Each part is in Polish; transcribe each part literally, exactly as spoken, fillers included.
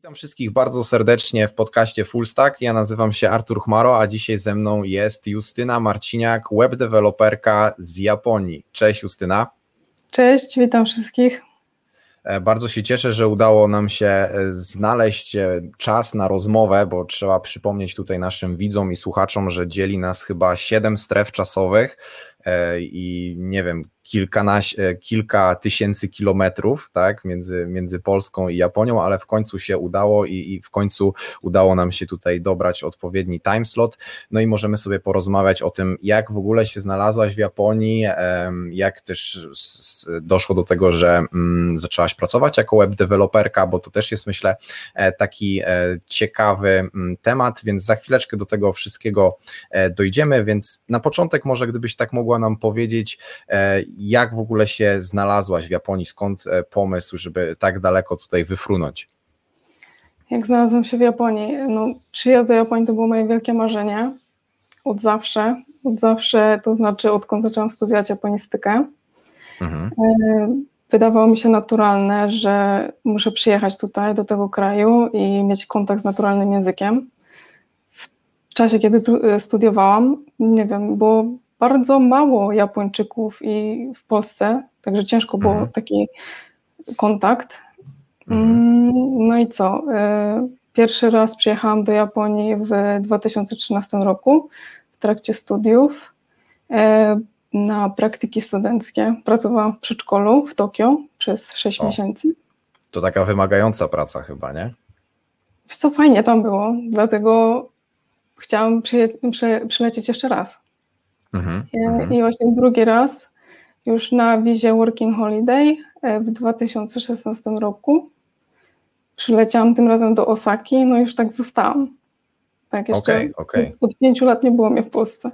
Witam wszystkich bardzo serdecznie w podcaście Full Stack. Ja nazywam się Artur Chmaro, a dzisiaj ze mną jest Justyna Marciniak, webdeveloperka z Japonii. Cześć Justyna. Cześć, witam wszystkich. Bardzo się cieszę, że udało nam się znaleźć czas na rozmowę, bo trzeba przypomnieć tutaj naszym widzom i słuchaczom, że dzieli nas chyba siedem stref czasowych i nie wiem, kilkanaście, kilka tysięcy kilometrów, tak, między, między Polską i Japonią, ale w końcu się udało i, i w końcu udało nam się tutaj dobrać odpowiedni timeslot. No i możemy sobie porozmawiać o tym, jak w ogóle się znalazłaś w Japonii, jak też doszło do tego, że zaczęłaś pracować jako web deweloperka, bo to też jest, myślę, taki ciekawy temat, więc za chwileczkę do tego wszystkiego dojdziemy, więc na początek może gdybyś tak mogła nam powiedzieć, jak w ogóle się znalazłaś w Japonii, skąd pomysł, żeby tak daleko tutaj wyfrunąć? Jak znalazłam się w Japonii? No, przyjazd do Japonii to było moje wielkie marzenie, od zawsze, od zawsze, to znaczy odkąd zaczęłam studiować japonistykę. Mhm. Wydawało mi się naturalne, że muszę przyjechać tutaj do tego kraju i mieć kontakt z naturalnym językiem. W czasie, kiedy tu studiowałam, nie wiem, było bardzo mało Japończyków i w Polsce, także ciężko było mhm. taki kontakt. Mhm. No i co? Pierwszy raz przyjechałam do Japonii w dwa tysiące trzynastym roku w trakcie studiów na praktyki studenckie. Pracowałam w przedszkolu w Tokio przez sześć o, miesięcy. To taka wymagająca praca chyba, nie? Co fajnie tam było, dlatego chciałam przyje- przy- przylecieć jeszcze raz. Mhm, I, I właśnie drugi raz już na wizie Working Holiday w dwa tysiące szesnastym roku przyleciałam tym razem do Osaki, no i już tak zostałam. Tak, jeszcze okay, okay. Od pięciu lat nie było mnie w Polsce.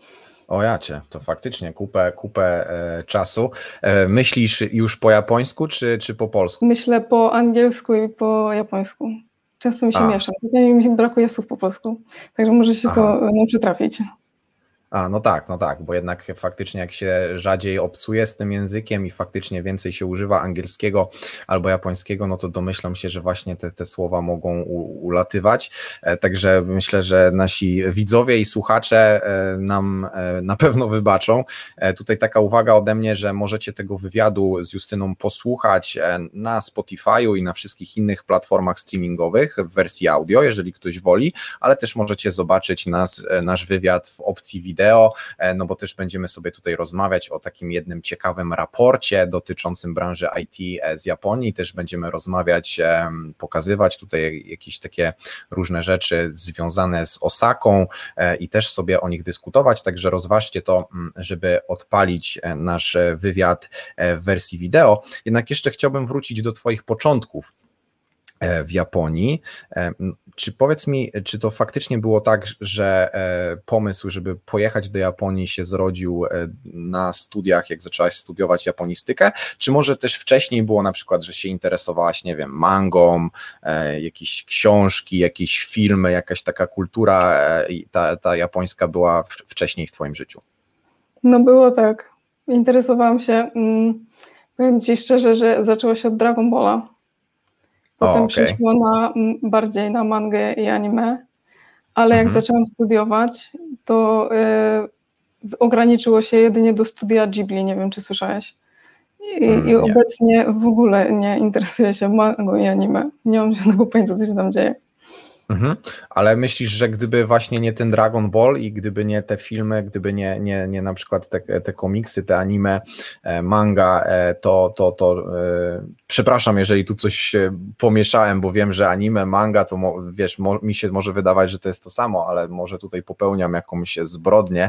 O jacie, to faktycznie kupę, kupę e, czasu. E, myślisz już po japońsku czy, czy po polsku? Myślę po angielsku i po japońsku. Często mi się A. miesza. Mi brakuje słów po polsku, także może się Aha. to nie przytrafić. A, no tak, no tak, bo jednak faktycznie jak się rzadziej obcuje z tym językiem i faktycznie więcej się używa angielskiego albo japońskiego, no to domyślam się, że właśnie te, te słowa mogą u, ulatywać, e, także myślę, że nasi widzowie i słuchacze e, nam e, na pewno wybaczą. E, tutaj taka uwaga ode mnie, że możecie tego wywiadu z Justyną posłuchać e, na Spotify'u i na wszystkich innych platformach streamingowych w wersji audio, jeżeli ktoś woli, ale też możecie zobaczyć nas, e, nasz wywiad w opcji wideo, no bo też będziemy sobie tutaj rozmawiać o takim jednym ciekawym raporcie dotyczącym branży I T z Japonii, też będziemy rozmawiać, pokazywać tutaj jakieś takie różne rzeczy związane z Osaką i też sobie o nich dyskutować, także rozważcie to, żeby odpalić nasz wywiad w wersji wideo. Jednak jeszcze chciałbym wrócić do Twoich początków w Japonii. Czy powiedz mi, czy to faktycznie było tak, że pomysł, żeby pojechać do Japonii się zrodził na studiach, jak zaczęłaś studiować japonistykę, czy może też wcześniej było na przykład, że się interesowałaś, nie wiem, mangą, jakieś książki, jakieś filmy, jakaś taka kultura ta, ta japońska była wcześniej w Twoim życiu? No było tak. Interesowałam się, powiem Ci szczerze, że zaczęło się od Dragon Balla. Potem o, okay. przeszło na, bardziej na mangę i anime, ale jak mhm. zaczęłam studiować, to y, ograniczyło się jedynie do studia Ghibli, nie wiem czy słyszałeś. I, mm, i obecnie w ogóle nie interesuję się mangą i anime. Nie mam żadnego pojęcia, co się tam dzieje. Mhm. Ale myślisz, że gdyby właśnie nie ten Dragon Ball i gdyby nie te filmy, gdyby nie, nie, nie na przykład te, te komiksy, te anime, manga, to, to, to e, przepraszam, jeżeli tu coś pomieszałem, bo wiem, że anime, manga, to mo, wiesz, mo, mi się może wydawać, że to jest to samo, ale może tutaj popełniam jakąś zbrodnię,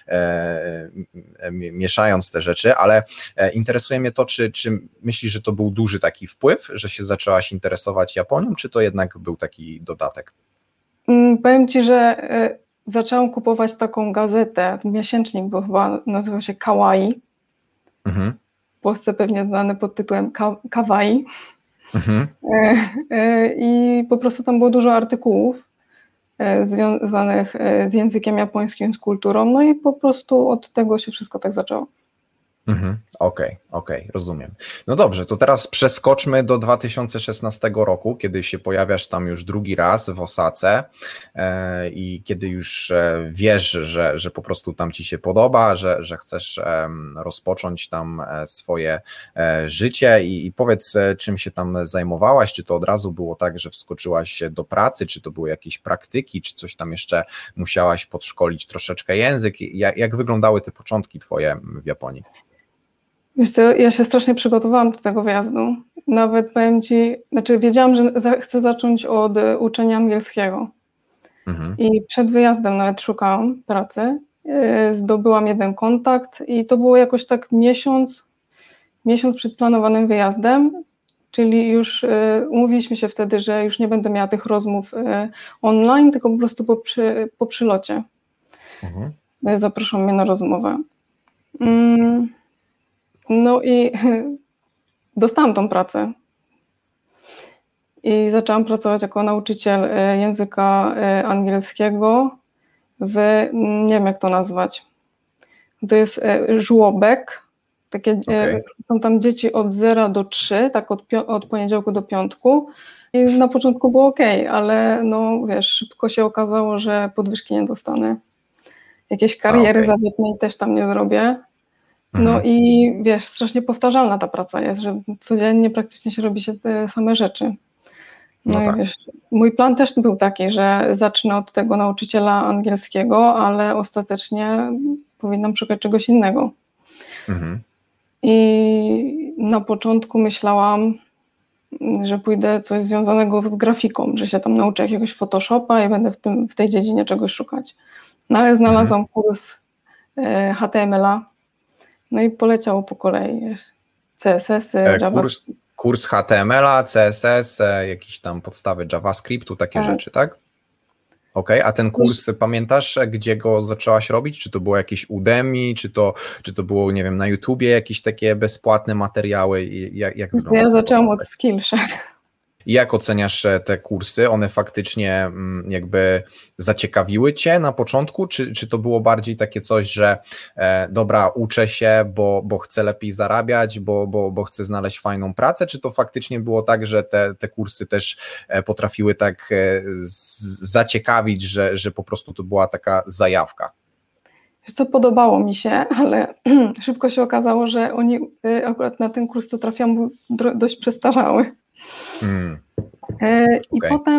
e, mieszając te rzeczy, ale interesuje mnie to, czy, czy myślisz, że to był duży taki wpływ, że się zaczęłaś interesować Japonią, czy to jednak był taki dodatek? Powiem Ci, że y, zaczęłam kupować taką gazetę, miesięcznik był chyba, nazywał się Kawaii. Mhm. W Polsce pewnie znany pod tytułem ka- Kawaii. Mhm. Y, y, I po prostu tam było dużo artykułów y, związanych y, z językiem japońskim, z kulturą, no i po prostu od tego się wszystko tak zaczęło. Mhm. Okej, okay, Okej, okay, rozumiem. No dobrze, to teraz przeskoczmy do dwa tysiące szesnastego roku, kiedy się pojawiasz tam już drugi raz w Osace e, i kiedy już e, wiesz, że, że po prostu tam ci się podoba, że, że chcesz e, rozpocząć tam e, swoje e, życie i, i powiedz, e, czym się tam zajmowałaś, czy to od razu było tak, że wskoczyłaś do pracy, czy to były jakieś praktyki, czy coś tam jeszcze musiałaś podszkolić troszeczkę język, jak, jak wyglądały te początki twoje w Japonii? Wiesz co, ja się strasznie przygotowałam do tego wyjazdu. Nawet powiem ci, znaczy wiedziałam, że za, chcę zacząć od uczenia angielskiego. Mhm. I przed wyjazdem nawet szukałam pracy. Yy, zdobyłam jeden kontakt i to było jakoś tak miesiąc, miesiąc przed planowanym wyjazdem, czyli już yy, umówiliśmy się wtedy, że już nie będę miała tych rozmów yy, online, tylko po prostu po, przy, po przylocie. Mhm. Yy, zaproszą mnie na rozmowę. Yy. No i dostałam tą pracę i zaczęłam pracować jako nauczyciel języka angielskiego w, nie wiem jak to nazwać, to jest żłobek, takie, okay. Są tam dzieci od zera do trzy, tak od, od poniedziałku do piątku i na początku było ok, ale no wiesz, szybko się okazało, że podwyżki nie dostanę, jakieś kariery okay. zawietnej też tam nie zrobię. No i wiesz, strasznie powtarzalna ta praca jest, że codziennie praktycznie się robi się te same rzeczy. No, no i tak. Wiesz, mój plan też był taki, że zacznę od tego nauczyciela angielskiego, ale ostatecznie powinnam szukać czegoś innego. Mhm. I na początku myślałam, że pójdę coś związanego z grafiką, że się tam nauczę jakiegoś Photoshopa i będę w, tym, w tej dziedzinie czegoś szukać. No ale znalazłam mhm. kurs e, H T M L a. No i poleciało po kolei, wiesz, C S S-y, e, JavaScript. Kurs, kurs H T M L a, C S S, e, jakieś tam podstawy JavaScriptu, takie tak. rzeczy, tak? Okej, okay. A ten kurs, Kurs... pamiętasz, gdzie go zaczęłaś robić? Czy to było jakieś Udemy, czy to, czy to było, nie wiem, na YouTubie jakieś takie bezpłatne materiały? Jak, jak ja zaczęłam od Skillshare. I jak oceniasz te kursy? One faktycznie jakby zaciekawiły cię na początku, czy, czy to było bardziej takie coś, że e, dobra, uczę się, bo, bo chcę lepiej zarabiać, bo, bo, bo chcę znaleźć fajną pracę, czy to faktycznie było tak, że te, te kursy też potrafiły tak e, z, zaciekawić, że, że po prostu to była taka zajawka? Wiesz co, podobało mi się, ale szybko się okazało, że oni akurat na ten kurs, co trafiłam, był dość przestarzały. Hmm. I okay. potem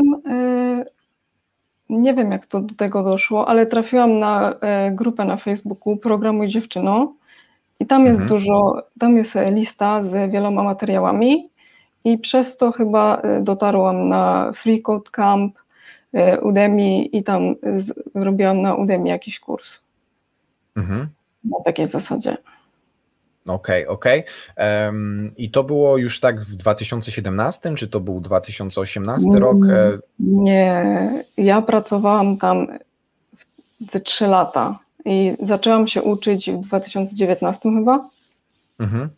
nie wiem, jak to do tego doszło, ale trafiłam na grupę na Facebooku Programuj Dziewczyno i tam jest mhm. dużo, tam jest lista z wieloma materiałami i przez to chyba dotarłam na Free Code Camp, Udemy i tam zrobiłam na Udemy jakiś kurs. Mhm. Na takiej zasadzie. Okej, okay, okej. Okay. Um, I to było już tak w dwa tysiące siedemnastym, czy to był dwa tysiące osiemnasty rok? Nie, ja pracowałam tam ze trzy lata i zaczęłam się uczyć w dwa tysiące dziewiętnastym chyba. Mhm.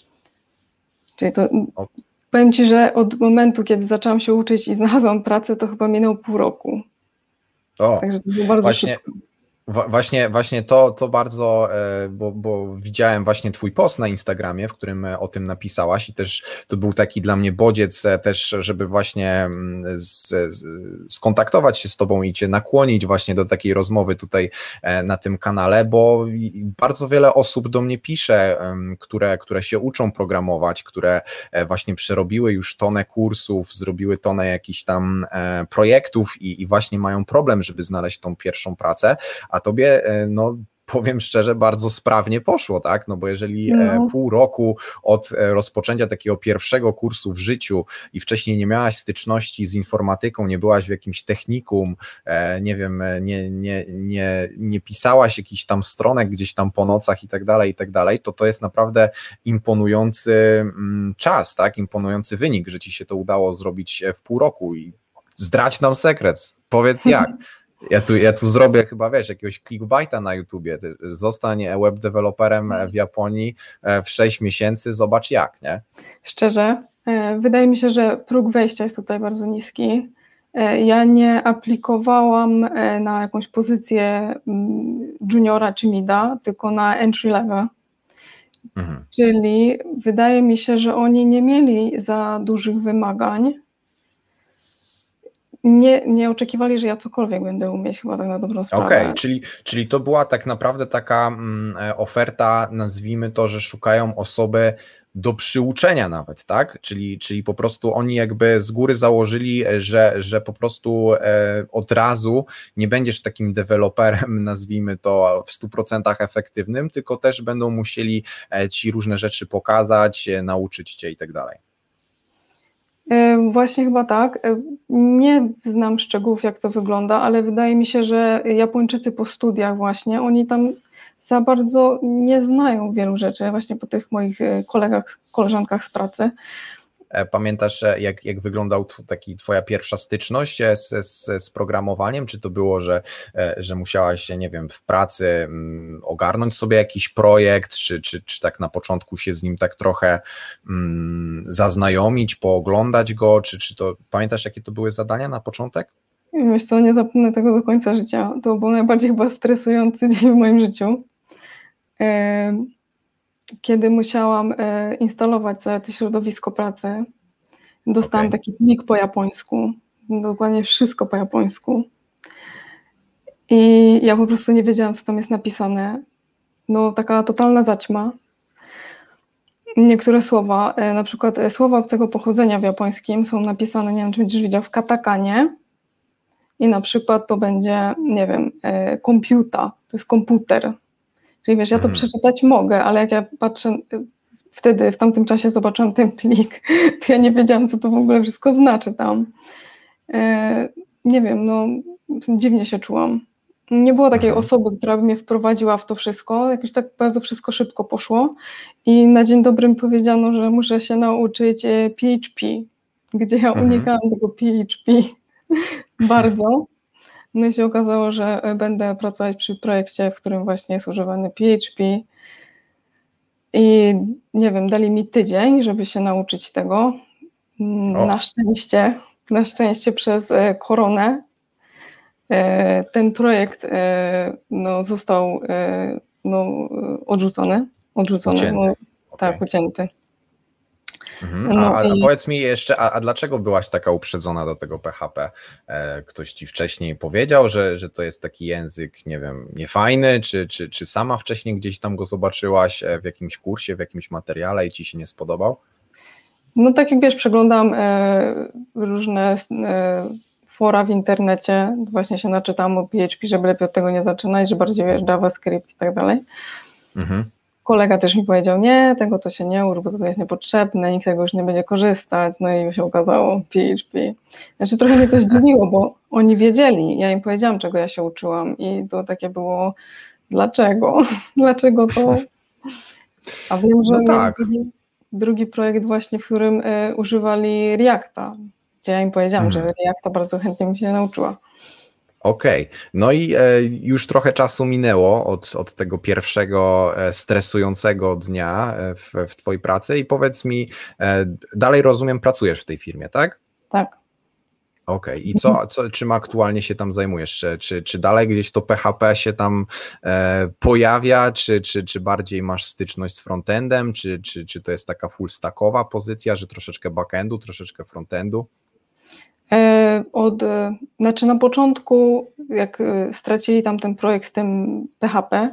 Czyli to, o. powiem Ci, że od momentu, kiedy zaczęłam się uczyć i znalazłam pracę, to chyba minął pół roku. O, Także to było bardzo właśnie. szybko. Właśnie, właśnie to, to bardzo, bo, bo widziałem właśnie twój post na Instagramie, w którym o tym napisałaś i też to był taki dla mnie bodziec też, żeby właśnie z, z, skontaktować się z tobą i cię nakłonić właśnie do takiej rozmowy tutaj na tym kanale, bo bardzo wiele osób do mnie pisze, które, które się uczą programować, które właśnie przerobiły już tonę kursów, zrobiły tonę jakichś tam projektów i, i właśnie mają problem, żeby znaleźć tą pierwszą pracę, a tobie, no powiem szczerze, bardzo sprawnie poszło, tak? No bo jeżeli no. pół roku od rozpoczęcia takiego pierwszego kursu w życiu i wcześniej nie miałaś styczności z informatyką, nie byłaś w jakimś technikum, nie wiem, nie, nie, nie, nie pisałaś jakichś tam stronek gdzieś tam po nocach i tak dalej, i tak dalej, to to jest naprawdę imponujący czas, tak? Imponujący wynik, że ci się to udało zrobić w pół roku i zdradź nam sekret, powiedz jak. Ja tu, ja tu zrobię chyba, wiesz, jakiegoś clickbaita na YouTubie, zostań web deweloperem w Japonii w sześć miesięcy, zobacz jak, nie? Szczerze, wydaje mi się, że próg wejścia jest tutaj bardzo niski. Ja nie aplikowałam na jakąś pozycję juniora czy mida, tylko na entry level. Mhm. Czyli wydaje mi się, że oni nie mieli za dużych wymagań. Nie, nie oczekiwali, że ja cokolwiek będę umieć, chyba tak na dobrą sprawę. Okej, okay, czyli, czyli to była tak naprawdę taka mm, oferta, nazwijmy to, że szukają osoby do przyuczenia nawet, tak? Czyli, czyli po prostu oni jakby z góry założyli, że, że po prostu e, od razu nie będziesz takim deweloperem, nazwijmy to, w stu procentach efektywnym, tylko też będą musieli ci różne rzeczy pokazać, nauczyć cię i tak dalej. Właśnie chyba tak. Nie znam szczegółów, jak to wygląda, ale wydaje mi się, że Japończycy po studiach właśnie, oni tam za bardzo nie znają wielu rzeczy, właśnie po tych moich kolegach, koleżankach z pracy. Pamiętasz, jak, jak wyglądał taki twoja pierwsza styczność z, z, z programowaniem? Czy to było, że, że musiałaś, nie wiem, w pracy ogarnąć sobie jakiś projekt, czy, czy, czy tak na początku się z nim tak trochę um, zaznajomić, pooglądać go, czy, czy to pamiętasz, jakie to były zadania na początek? Wiesz co, nie zapomnę tego do końca życia. To był najbardziej chyba stresujący dzień w moim życiu. Kiedy musiałam instalować całe to środowisko pracy, dostałam okay. taki plik po japońsku, dokładnie wszystko po japońsku. I ja po prostu nie wiedziałam, co tam jest napisane. No taka totalna zaćma. Niektóre słowa, na przykład słowa obcego pochodzenia w japońskim są napisane, nie wiem, czy będziesz widział, w katakanie. I na przykład to będzie, nie wiem, komputa, to jest komputer. Czyli wiesz, ja to mhm. przeczytać mogę, ale jak ja patrzę, wtedy, w tamtym czasie zobaczyłam ten plik, to ja nie wiedziałam, co to w ogóle wszystko znaczy tam. E, nie wiem, no dziwnie się czułam. Nie było takiej mhm. osoby, która by mnie wprowadziła w to wszystko, jakoś tak bardzo wszystko szybko poszło i na dzień dobry mi powiedziano, że muszę się nauczyć P H P, gdzie ja mhm. unikałam tego P H P bardzo. No i się okazało, że będę pracować przy projekcie, w którym właśnie jest używany P H P i nie wiem, dali mi tydzień, żeby się nauczyć tego. O. Na szczęście, na szczęście przez koronę ten projekt no, został no, odrzucony. odrzucony ucięty. No, okay. Tak, ucięty. Mhm. A, a i... powiedz mi jeszcze, a, a dlaczego byłaś taka uprzedzona do tego P H P? E, ktoś ci wcześniej powiedział, że, że to jest taki język, nie wiem, niefajny, czy, czy, czy sama wcześniej gdzieś tam go zobaczyłaś w jakimś kursie, w jakimś materiale i ci się nie spodobał? No tak jak wiesz, przeglądam e, różne e, fora w internecie, właśnie się naczytałam o P H P, żeby lepiej od tego nie zaczynać, że bardziej wiesz, JavaScript i tak dalej. Mhm. Kolega też mi powiedział, nie, tego to się nie ucz, bo to jest niepotrzebne, nikt tego już nie będzie korzystać, no i się okazało P H P. Znaczy trochę mnie to zdziwiło, bo oni wiedzieli, ja im powiedziałam, czego ja się uczyłam i to takie było, dlaczego? Dlaczego to? A wiem, że no tak. drugi, drugi projekt właśnie, w którym y, używali Reacta, gdzie ja im powiedziałam, hmm. że Reacta bardzo chętnie mi się nauczyła. Okej, okay. No i e, już trochę czasu minęło od, od tego pierwszego e, stresującego dnia w, w twojej pracy i powiedz mi, e, dalej rozumiem, pracujesz w tej firmie, tak? Tak. Okej, okay. I co, co, czym aktualnie się tam zajmujesz? Czy, czy, czy dalej gdzieś to P H P się tam e, pojawia, czy, czy, czy bardziej masz styczność z frontendem, czy, czy, czy to jest taka full stackowa pozycja, że troszeczkę backendu, troszeczkę frontendu? Od, znaczy na początku, jak stracili tam ten projekt z tym P H P,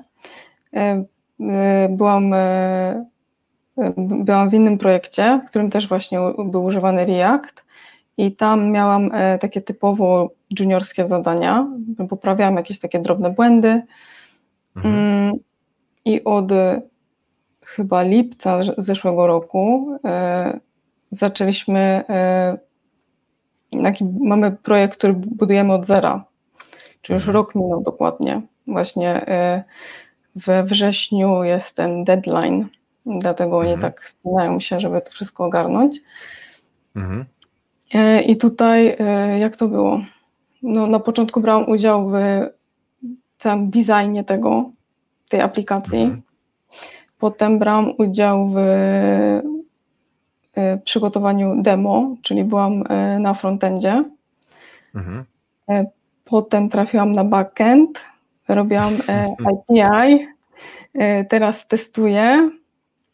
byłam, byłam w innym projekcie, w którym też właśnie był używany React i tam miałam takie typowo juniorskie zadania, poprawiałam jakieś takie drobne błędy mhm. i od chyba lipca zeszłego roku zaczęliśmy Taki, mamy projekt, który budujemy od zera, czyli już mhm. rok minął dokładnie. Właśnie we wrześniu jest ten deadline, dlatego mhm. oni tak spinają się, żeby to wszystko ogarnąć. Mhm. I tutaj jak to było? No, na początku brałam udział w całym designie tego, tej aplikacji. Mhm. Potem brałam udział w przygotowaniu demo, czyli byłam na frontendzie. Mhm. Potem trafiłam na backend, robiłam A P I, teraz testuję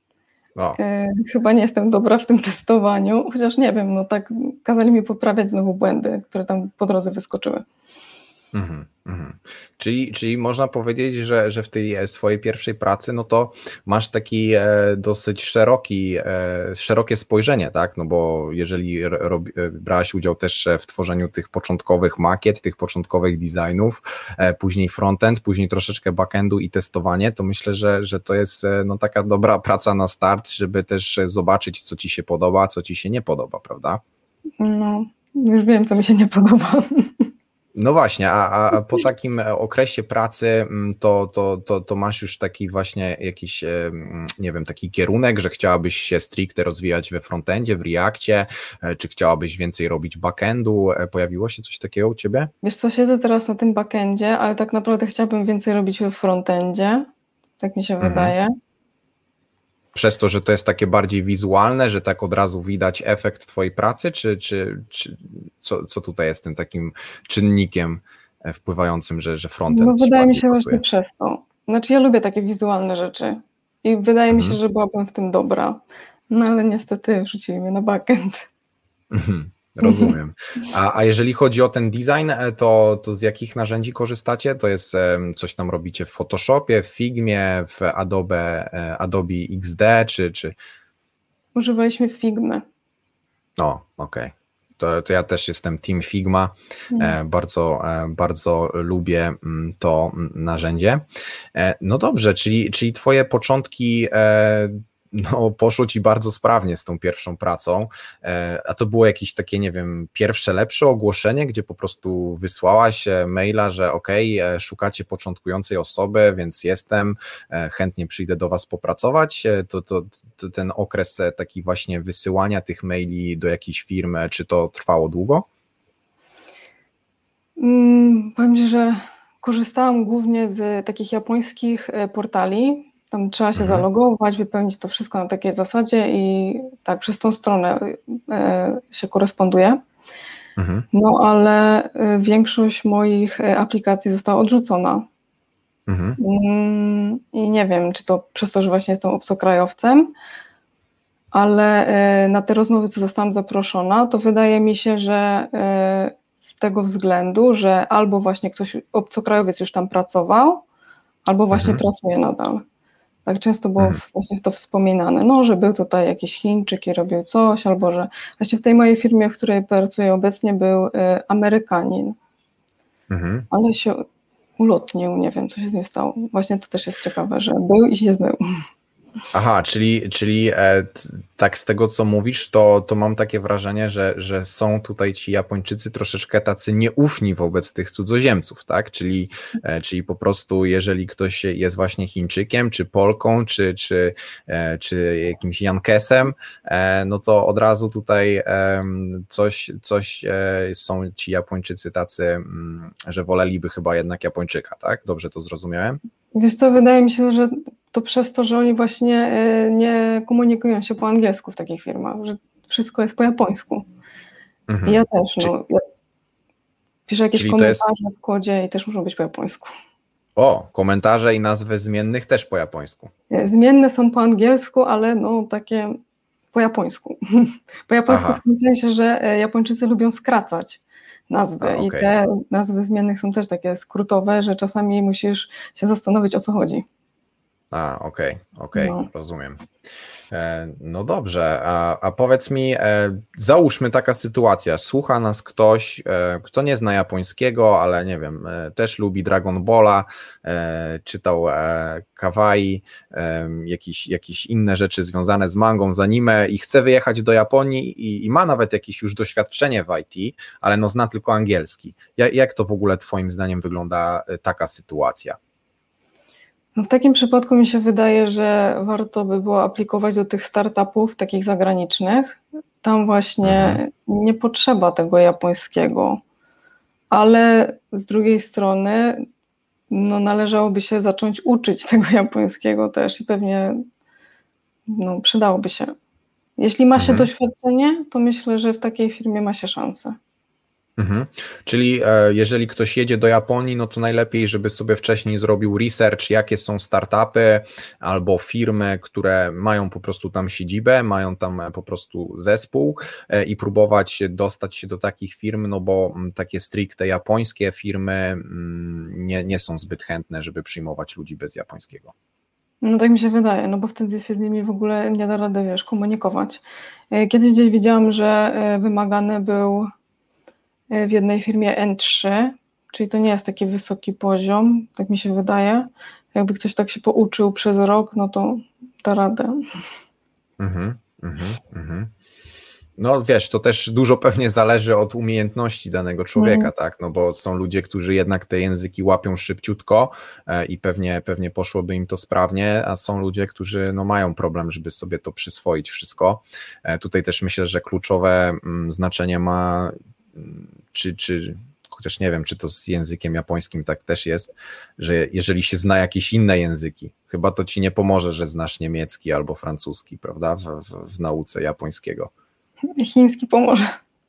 O. Chyba nie jestem dobra w tym testowaniu, chociaż nie wiem, no tak kazali mi poprawiać znowu błędy, które tam po drodze wyskoczyły. Mhm, mhm. Czyli, czyli można powiedzieć, że, że w tej swojej pierwszej pracy, no to masz taki e, dosyć szeroki, e, szerokie spojrzenie, tak? No bo jeżeli rob, brałaś udział też w tworzeniu tych początkowych makiet, tych początkowych designów, e, później frontend, później troszeczkę backendu i testowanie, to myślę, że, że to jest e, no, taka dobra praca na start, żeby też zobaczyć, co ci się podoba, co ci się nie podoba, prawda? No, już wiem, co mi się nie podoba. No właśnie, a, a po takim okresie pracy to, to, to, to masz już taki właśnie jakiś, nie wiem, taki kierunek, że chciałabyś się stricte rozwijać we frontendzie, w Reakcie, czy chciałabyś więcej robić backendu? Pojawiło się coś takiego u ciebie? Wiesz co, siedzę teraz na tym backendzie, ale tak naprawdę chciałabym więcej robić we frontendzie, tak mi się mhm. wydaje. Przez to, że to jest takie bardziej wizualne, że tak od razu widać efekt twojej pracy, czy, czy, czy co, co tutaj jest tym takim czynnikiem wpływającym, że, że frontend No, wydaje mi się pasuje? właśnie przez to. Znaczy ja lubię takie wizualne rzeczy i wydaje mhm. mi się, że byłabym w tym dobra, no ale niestety wrzucili mnie na backend. Mhm. Rozumiem. A, a jeżeli chodzi o ten design, to, to z jakich narzędzi korzystacie? To jest coś tam robicie w Photoshopie, w Figmie, w Adobe, Adobe X D, czy... czy... Używaliśmy Figmy. O, okej. Okay. To, to ja też jestem Team Figma. Hmm. Bardzo, bardzo lubię to narzędzie. No dobrze, czyli, czyli twoje początki no, poszło ci bardzo sprawnie z tą pierwszą pracą, a to było jakieś takie, nie wiem, pierwsze lepsze ogłoszenie, gdzie po prostu wysłałaś maila, że okej, okay, szukacie początkującej osoby, więc jestem, chętnie przyjdę do was popracować, to, to, to ten okres taki właśnie wysyłania tych maili do jakiejś firmy, czy to trwało długo? Hmm, powiem ci, że korzystałam głównie z takich japońskich portali. Tam trzeba się mhm. zalogować, wypełnić to wszystko na takiej zasadzie i tak przez tą stronę się koresponduje. Mhm. No ale większość moich aplikacji została odrzucona. Mhm. I nie wiem, czy to przez to, że właśnie jestem obcokrajowcem, ale na te rozmowy, co zostałam zaproszona, to wydaje mi się, że z tego względu, że albo właśnie ktoś, obcokrajowiec już tam pracował, albo właśnie mhm. pracuje nadal. Tak często było mhm. właśnie to wspominane, no, że był tutaj jakiś Chińczyk i robił coś, albo że właśnie w tej mojej firmie, w której pracuję obecnie, był y, Amerykanin, mhm. ale się ulotnił, nie wiem, co się z nim stało. Właśnie to też jest ciekawe, że był i się zmył. Aha, czyli, czyli e, t, tak z tego, co mówisz, to, to mam takie wrażenie, że, że są tutaj ci Japończycy troszeczkę tacy nieufni wobec tych cudzoziemców, tak? Czyli, e, czyli po prostu jeżeli ktoś jest właśnie Chińczykiem, czy Polką, czy, czy, e, czy jakimś Jankesem, e, no to od razu tutaj e, coś, coś e, są ci Japończycy tacy, m, że woleliby chyba jednak Japończyka, tak? Dobrze to zrozumiałem? Wiesz co, wydaje mi się, że to przez to, że oni właśnie nie komunikują się po angielsku w takich firmach, że wszystko jest po japońsku. Mhm. I ja też, no, ja piszę jakieś Czyli komentarze jest... w kodzie i też muszą być po japońsku. O, komentarze i nazwy zmiennych też po japońsku. Zmienne są po angielsku, ale no takie po japońsku. Po japońsku Aha. w tym sensie, że Japończycy lubią skracać nazwy A, okay. i te nazwy zmiennych są też takie skrótowe, że czasami musisz się zastanowić, o co chodzi. A, okej, okay, okej, okay, no. rozumiem. E, no dobrze, a, a powiedz mi, e, załóżmy taka sytuacja, słucha nas ktoś, e, kto nie zna japońskiego, ale nie wiem, e, też lubi Dragon Balla, e, czytał e, kawaii, e, jakieś, jakieś inne rzeczy związane z mangą, z anime i chce wyjechać do Japonii i, i ma nawet jakieś już doświadczenie w I T, ale no zna tylko angielski. Ja, jak to w ogóle twoim zdaniem wygląda taka sytuacja? No w takim przypadku mi się wydaje, że warto by było aplikować do tych startupów takich zagranicznych. Tam właśnie mhm. nie potrzeba tego japońskiego, ale z drugiej strony no należałoby się zacząć uczyć tego japońskiego też i pewnie no, przydałoby się. Jeśli ma się mhm. doświadczenie, to myślę, że w takiej firmie ma się szansę. Mhm. Czyli e, jeżeli ktoś jedzie do Japonii, no to najlepiej, żeby sobie wcześniej zrobił research, jakie są startupy albo firmy, które mają po prostu tam siedzibę, mają tam po prostu zespół e, i próbować dostać się do takich firm, no bo m, takie stricte japońskie firmy m, nie, nie są zbyt chętne, żeby przyjmować ludzi bez japońskiego. No tak mi się wydaje, no bo wtedy się z nimi w ogóle nie da rady, wiesz, komunikować. E, Kiedyś gdzieś widziałam, że e, wymagany był e, w jednej firmie N trzy, czyli to nie jest taki wysoki poziom, tak mi się wydaje. Jakby ktoś tak się pouczył przez rok, no to da radę. Mhm, mhm, mhm. No wiesz, to też dużo pewnie zależy od umiejętności danego człowieka, Mm. tak, no bo są ludzie, którzy jednak te języki łapią szybciutko e, i pewnie, pewnie poszłoby im to sprawnie, a są ludzie, którzy no mają problem, żeby sobie to przyswoić wszystko. E, Tutaj też myślę, że kluczowe mm, znaczenie ma, mm, czy, czy chociaż nie wiem, czy to z językiem japońskim tak też jest, że jeżeli się zna jakieś inne języki, chyba to ci nie pomoże, że znasz niemiecki albo francuski, prawda, w, w, w nauce japońskiego. Chiński pomoże.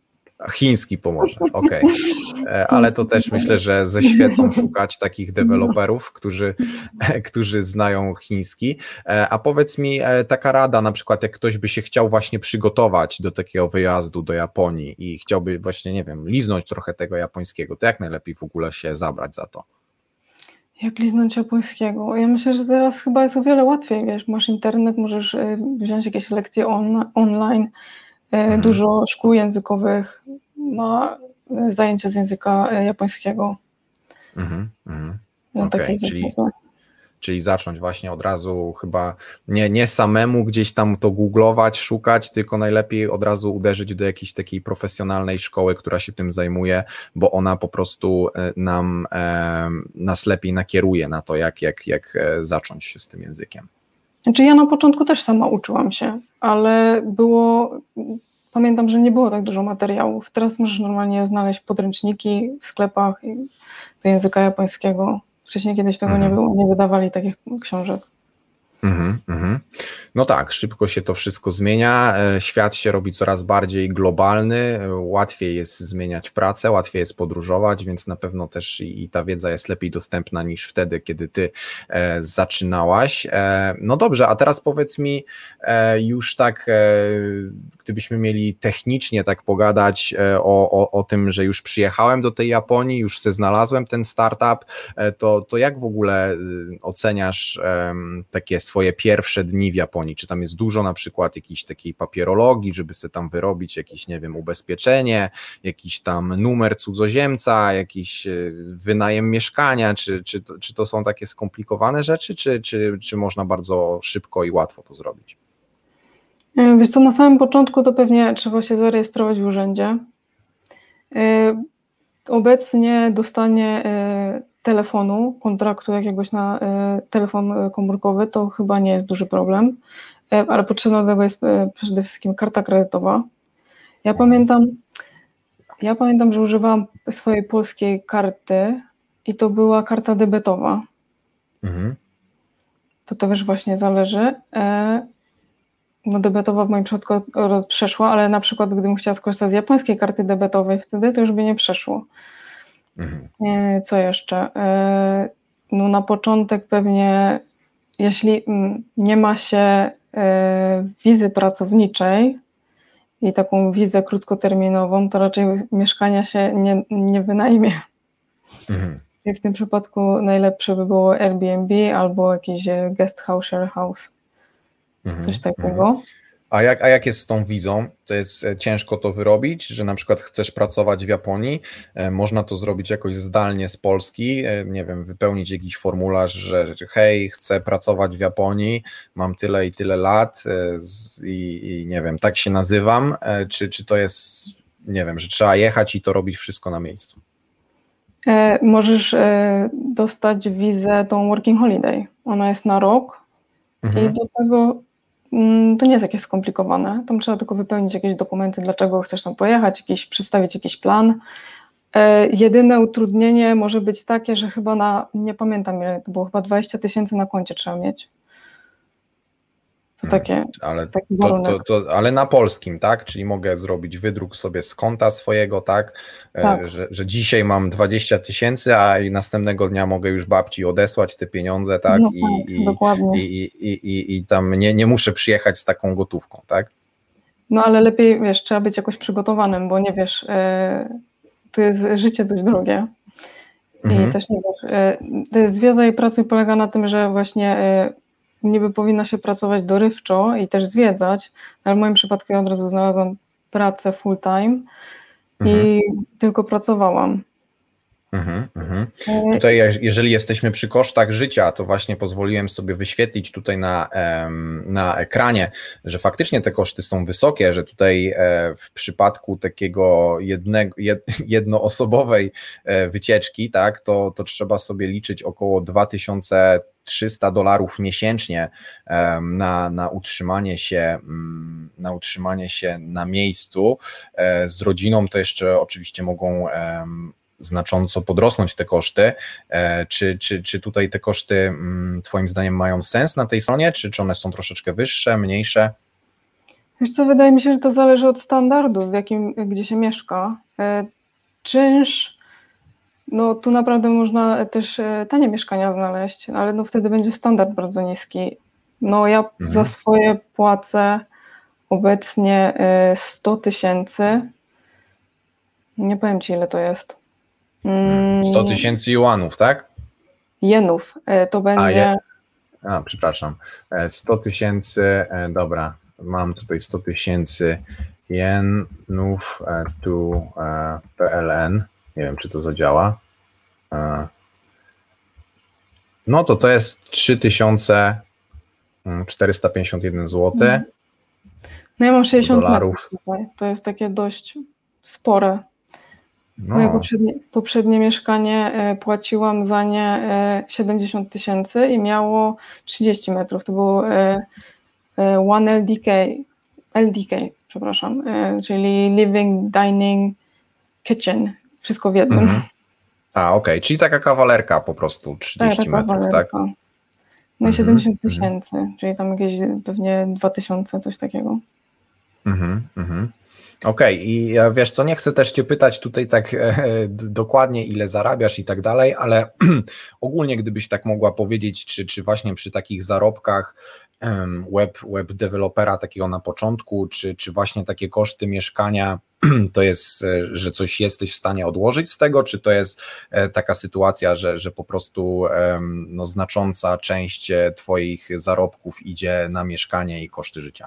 Chiński pomoże, okej. Okay. Ale to też myślę, że ze świecą szukać takich deweloperów, którzy, którzy znają chiński. A powiedz mi taka rada, na przykład jak ktoś by się chciał właśnie przygotować do takiego wyjazdu do Japonii i chciałby właśnie, nie wiem, liznąć trochę tego japońskiego, to jak najlepiej w ogóle się zabrać za to? Jak liznąć japońskiego? Ja myślę, że teraz chyba jest o wiele łatwiej, wiesz, masz internet, możesz y, wziąć jakieś lekcje on, online, y, Mhm. dużo szkół językowych ma y, zajęcia z języka y, japońskiego. Mhm, mhm. Na Okej, takiej czyli zasadzie. Czyli zacząć właśnie od razu chyba nie, nie samemu gdzieś tam to googlować, szukać, tylko najlepiej od razu uderzyć do jakiejś takiej profesjonalnej szkoły, która się tym zajmuje, bo ona po prostu nam, e, nas lepiej nakieruje na to, jak, jak, jak zacząć się z tym językiem. Znaczy ja na początku też sama uczyłam się, ale było, pamiętam, że nie było tak dużo materiałów. Teraz możesz normalnie znaleźć podręczniki w sklepach do języka japońskiego. Wcześniej kiedyś tego Mhm. nie było, nie wydawali takich książek. Mhm, mhm. No tak, szybko się to wszystko zmienia, świat się robi coraz bardziej globalny, łatwiej jest zmieniać pracę, łatwiej jest podróżować, więc na pewno też i ta wiedza jest lepiej dostępna niż wtedy, kiedy ty e, zaczynałaś. E, no dobrze, a teraz powiedz mi e, już tak, e, gdybyśmy mieli technicznie tak pogadać e, o, o, o tym, że już przyjechałem do tej Japonii, już se znalazłem ten startup, e, to, to jak w ogóle oceniasz e, takie swoje pierwsze dni w Japonii? Czy tam jest dużo na przykład jakiejś takiej papierologii, żeby sobie tam wyrobić jakieś, nie wiem, ubezpieczenie, jakiś tam numer cudzoziemca, jakiś wynajem mieszkania, czy, czy, to, czy to są takie skomplikowane rzeczy, czy, czy, czy można bardzo szybko i łatwo to zrobić? Wiesz co, na samym początku to pewnie trzeba się zarejestrować w urzędzie. Obecnie dostanie telefonu, kontraktu jakiegoś na telefon komórkowy, to chyba nie jest duży problem, ale potrzebna do tego jest przede wszystkim karta kredytowa. Ja pamiętam, ja pamiętam, że używałam swojej polskiej karty i to była karta debetowa. Mhm. To też właśnie zależy. No debetowa w moim przypadku przeszła, ale na przykład gdybym chciała skorzystać z japońskiej karty debetowej wtedy, to już by nie przeszło. Mhm. Co jeszcze? No na początek pewnie, jeśli nie ma się wizy pracowniczej i taką wizę krótkoterminową, to raczej mieszkania się nie, nie wynajmie. Mhm. I w tym przypadku najlepsze by było Airbnb albo jakiś guest house, share house. Mhm. Coś takiego. Mhm. A jak, a jak jest z tą wizą? To jest ciężko to wyrobić, że na przykład chcesz pracować w Japonii, można to zrobić jakoś zdalnie z Polski, nie wiem, wypełnić jakiś formularz, że hej, chcę pracować w Japonii, mam tyle i tyle lat i, i nie wiem, tak się nazywam, czy, czy to jest, nie wiem, że trzeba jechać i to robić wszystko na miejscu? Możesz dostać wizę tą Working Holiday, ona jest na rok. Mhm. I do tego to nie jest jakieś skomplikowane, tam trzeba tylko wypełnić jakieś dokumenty, dlaczego chcesz tam pojechać, jakiś, przedstawić jakiś plan. E, jedyne utrudnienie może być takie, że chyba na, nie pamiętam ile to było, chyba dwadzieścia tysięcy na koncie trzeba mieć. To takie, ale, taki to, warunek. to, to, ale na polskim, tak? Czyli mogę zrobić wydruk sobie z konta swojego, tak? Tak. Że, że dzisiaj mam dwadzieścia tysięcy, a i następnego dnia mogę już babci odesłać te pieniądze, tak? No I, tak, i, dokładnie. i, i, i, i tam nie, nie muszę przyjechać z taką gotówką, tak? No ale lepiej, wiesz, trzeba być jakoś przygotowanym, bo nie wiesz, yy, to jest życie dość drogie. I Mhm. też nie wiesz, zwiedzaj i pracuj polega na tym, że właśnie niby powinno się pracować dorywczo i też zwiedzać, ale w moim przypadku ja od razu znalazłam pracę full time Mhm. i tylko pracowałam. Mhm, mhm. Tutaj, jeżeli jesteśmy przy kosztach życia, to właśnie pozwoliłem sobie wyświetlić tutaj na, na ekranie, że faktycznie te koszty są wysokie, że tutaj w przypadku takiego jednego, jednoosobowej wycieczki, tak, to, to trzeba sobie liczyć około dwa tysiące trzysta dolarów miesięcznie na, na utrzymanie się, na utrzymanie się na miejscu. Z rodziną to jeszcze oczywiście mogą znacząco podrosnąć te koszty. Czy, czy, czy tutaj te koszty twoim zdaniem mają sens na tej stronie, czy, czy one są troszeczkę wyższe, mniejsze? Wiesz co, wydaje mi się, że to zależy od standardów, w jakim, gdzie się mieszka. Czynsz, no tu naprawdę można też tanie mieszkania znaleźć, ale no wtedy będzie standard bardzo niski. No ja mhm. za swoje płacę obecnie sto tysięcy. Nie powiem ci, ile to jest. sto tysięcy juanów, tak? Jenów, to będzie... A, je... A przepraszam. sto tysięcy, dobra, mam tutaj sto tysięcy jenów, tu P L N, nie wiem, czy to zadziała. No to to jest trzy tysiące czterysta pięćdziesiąt jeden złotych. No ja mam sześćdziesiąt dolarów. Metrów, to jest takie dość spore. No. Moje poprzednie, poprzednie mieszkanie płaciłam za nie siedemdziesiąt tysięcy i miało trzydzieści metrów. To było one L D K, L D K, przepraszam, czyli living, dining, kitchen, wszystko w jednym. Mhm. A, okej, okay. Czyli taka kawalerka po prostu, trzydzieści tak, metrów, tak? No i siedemdziesiąt tysięcy, mm-hmm. czyli tam jakieś pewnie dwa tysiące, coś takiego. Mhm, mhm. Okej, okay. I wiesz co, nie chcę też cię pytać tutaj tak e, dokładnie, ile zarabiasz i tak dalej, ale ogólnie gdybyś tak mogła powiedzieć, czy, czy właśnie przy takich zarobkach um, web, web dewelopera takiego na początku, czy, czy właśnie takie koszty mieszkania, to jest, że coś jesteś w stanie odłożyć z tego, czy to jest taka sytuacja, że, że po prostu no, znacząca część twoich zarobków idzie na mieszkanie i koszty życia?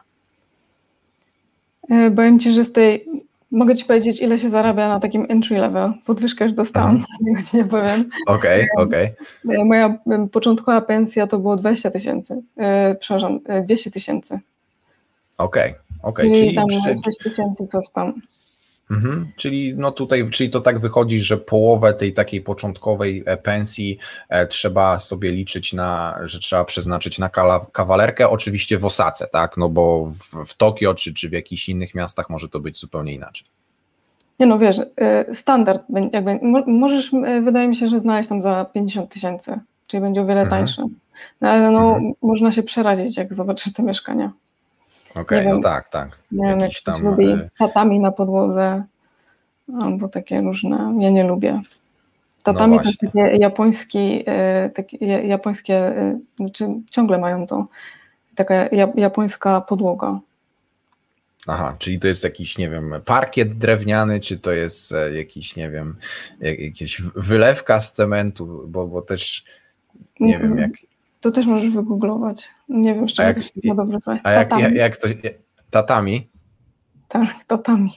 Powiem ci, że z tej, mogę ci powiedzieć, ile się zarabia na takim entry level. Podwyżkę już dostałam, mm. ci nie powiem. Okej, okay, okej. Okay. Moja początkowa pensja to było dwadzieścia tysięcy, yy, przepraszam, dwieście tysięcy. Okej, okay, okej. Okay. Czyli, czyli tam przy... sześć tysięcy coś tam. Mhm, czyli no tutaj, czyli to tak wychodzi, że połowę tej takiej początkowej pensji e, trzeba sobie liczyć na, że trzeba przeznaczyć na kala, kawalerkę, oczywiście w Osace, tak, no bo w, w Tokio czy, czy w jakichś innych miastach może to być zupełnie inaczej. Nie no, wiesz, standard, jakby możesz, wydaje mi się, że znaleźć tam za pięćdziesiąt tysięcy, czyli będzie o wiele mhm. tańsze, no, ale no mhm. można się przerazić, jak zobaczysz te mieszkania. Okej, okay, no tak, tak. Nie wiem, jak ktoś lubi tatami na podłodze, albo takie różne, ja nie lubię. Tatami no to takie japoński, takie japońskie, znaczy ciągle mają to, taka japońska podłoga. Aha, czyli to jest jakiś, nie wiem, parkiet drewniany, czy to jest jakiś, nie wiem, jakieś wylewka z cementu, bo, bo też nie wiem jak... To też możesz wygooglować. Nie wiem, z czego to się ma dobrze słuchać. A jak, jak, jak to... Tatami? Tak, tatami.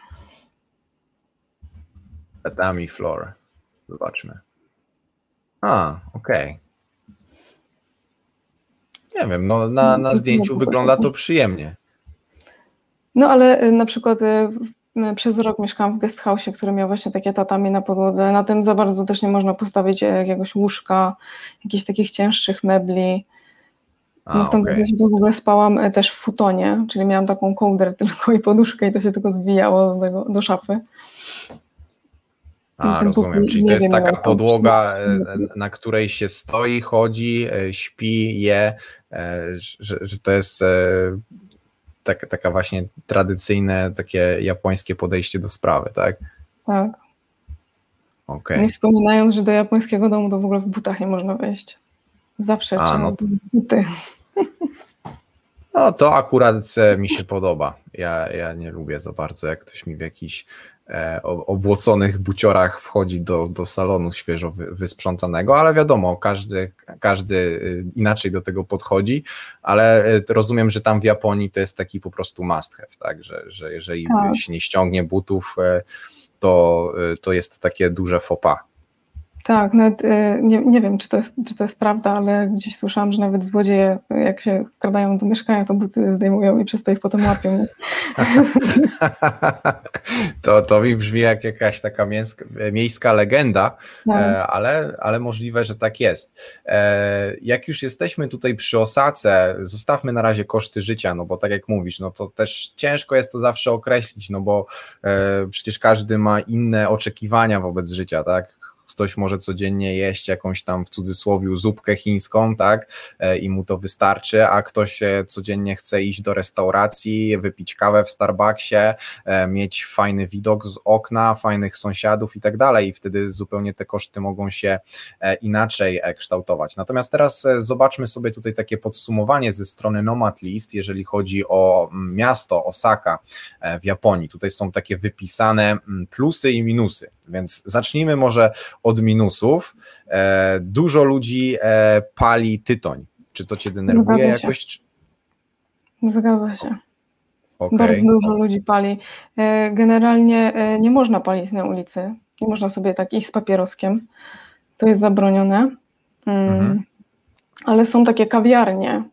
Tatami floor. Zobaczmy. A, okej. Okay. Nie wiem, no na, na zdjęciu wygląda to przyjemnie. No ale na przykład przez rok mieszkałam w guest house, który miał właśnie takie tatami na podłodze. Na tym za bardzo też nie można postawić jakiegoś łóżka, jakichś takich cięższych mebli. A, no w tamtym okay. czasie w ogóle spałam też w futonie, czyli miałam taką kołdrę tylko i poduszkę i to się tylko zwijało do, tego, do szafy. A, rozumiem, czyli to jest taka podłoga, na której się stoi, chodzi, śpi, je, że, że to jest tak, taka właśnie tradycyjne, takie japońskie podejście do sprawy, tak? Tak. Okay. Nie wspominając, że do japońskiego domu to w ogóle w butach nie można wejść. Zawsze A, trzeba no to... buty. No to akurat mi się podoba. Ja, ja nie lubię za bardzo, jak ktoś mi w jakichś e, obłoconych buciorach wchodzi do, do salonu świeżo wy, wysprzątanego, ale wiadomo, każdy, każdy inaczej do tego podchodzi, ale rozumiem, że tam w Japonii to jest taki po prostu must have, tak? Że, że jeżeli tak. się nie ściągnie butów, to, to jest to takie duże faux pas. Tak, nawet nie, nie wiem, czy to, jest, czy to jest prawda, ale gdzieś słyszałam, że nawet złodzieje, jak się wkradają do mieszkania, to buty zdejmują i przez to ich potem łapią. To, to mi brzmi jak jakaś taka miejska, miejska legenda, tak. ale, ale możliwe, że tak jest. Jak już jesteśmy tutaj przy Osace, zostawmy na razie koszty życia, no bo tak jak mówisz, no to też ciężko jest to zawsze określić, no bo przecież każdy ma inne oczekiwania wobec życia, tak? Ktoś może codziennie jeść jakąś tam w cudzysłowie zupkę chińską, tak, i mu to wystarczy, a ktoś codziennie chce iść do restauracji, wypić kawę w Starbucksie, mieć fajny widok z okna, fajnych sąsiadów i tak dalej i wtedy zupełnie te koszty mogą się inaczej kształtować. Natomiast teraz zobaczmy sobie tutaj takie podsumowanie ze strony Nomad List, jeżeli chodzi o miasto Osaka w Japonii. Tutaj są takie wypisane plusy i minusy, więc zacznijmy może od minusów. E, dużo ludzi e, pali tytoń. Czy to cię denerwuje Zgadza jakoś? Się. Zgadza się. Okay. Bardzo dużo ludzi pali. E, generalnie e, nie można palić na ulicy. Nie można sobie tak iść z papieroskiem. To jest zabronione. Mm. Mhm. Ale są takie kawiarnie,